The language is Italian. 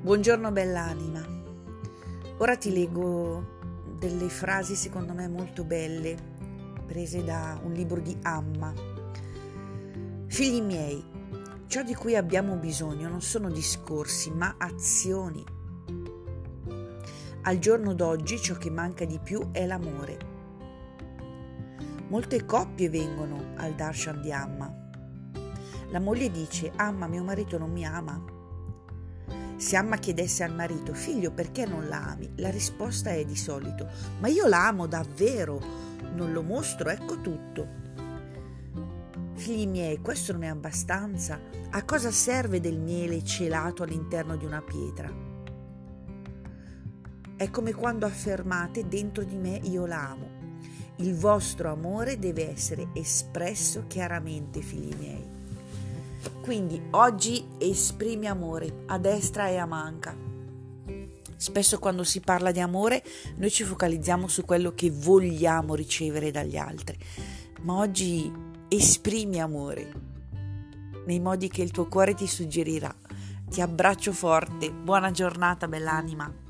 Buongiorno bell'anima. Ora ti leggo delle frasi secondo me molto belle, prese da un libro di Amma. Figli miei, ciò di cui abbiamo bisogno non sono discorsi, ma azioni. Al giorno d'oggi ciò che manca di più è l'amore. Molte coppie vengono al darshan di Amma. La moglie dice: Amma, mio marito non mi ama. Se Amma chiedesse al marito: figlio, perché non la ami? La risposta è di solito: ma io la amo davvero, non lo mostro, ecco tutto. Figli miei, questo non è abbastanza? A cosa serve del miele celato all'interno di una pietra? È come quando affermate: dentro di me io la amo. Il vostro amore deve essere espresso chiaramente, figli miei. Quindi oggi esprimi amore a destra e a manca. Spesso quando si parla di amore noi ci focalizziamo su quello che vogliamo ricevere dagli altri, ma oggi esprimi amore nei modi che il tuo cuore ti suggerirà. Ti abbraccio forte, buona giornata bell'anima.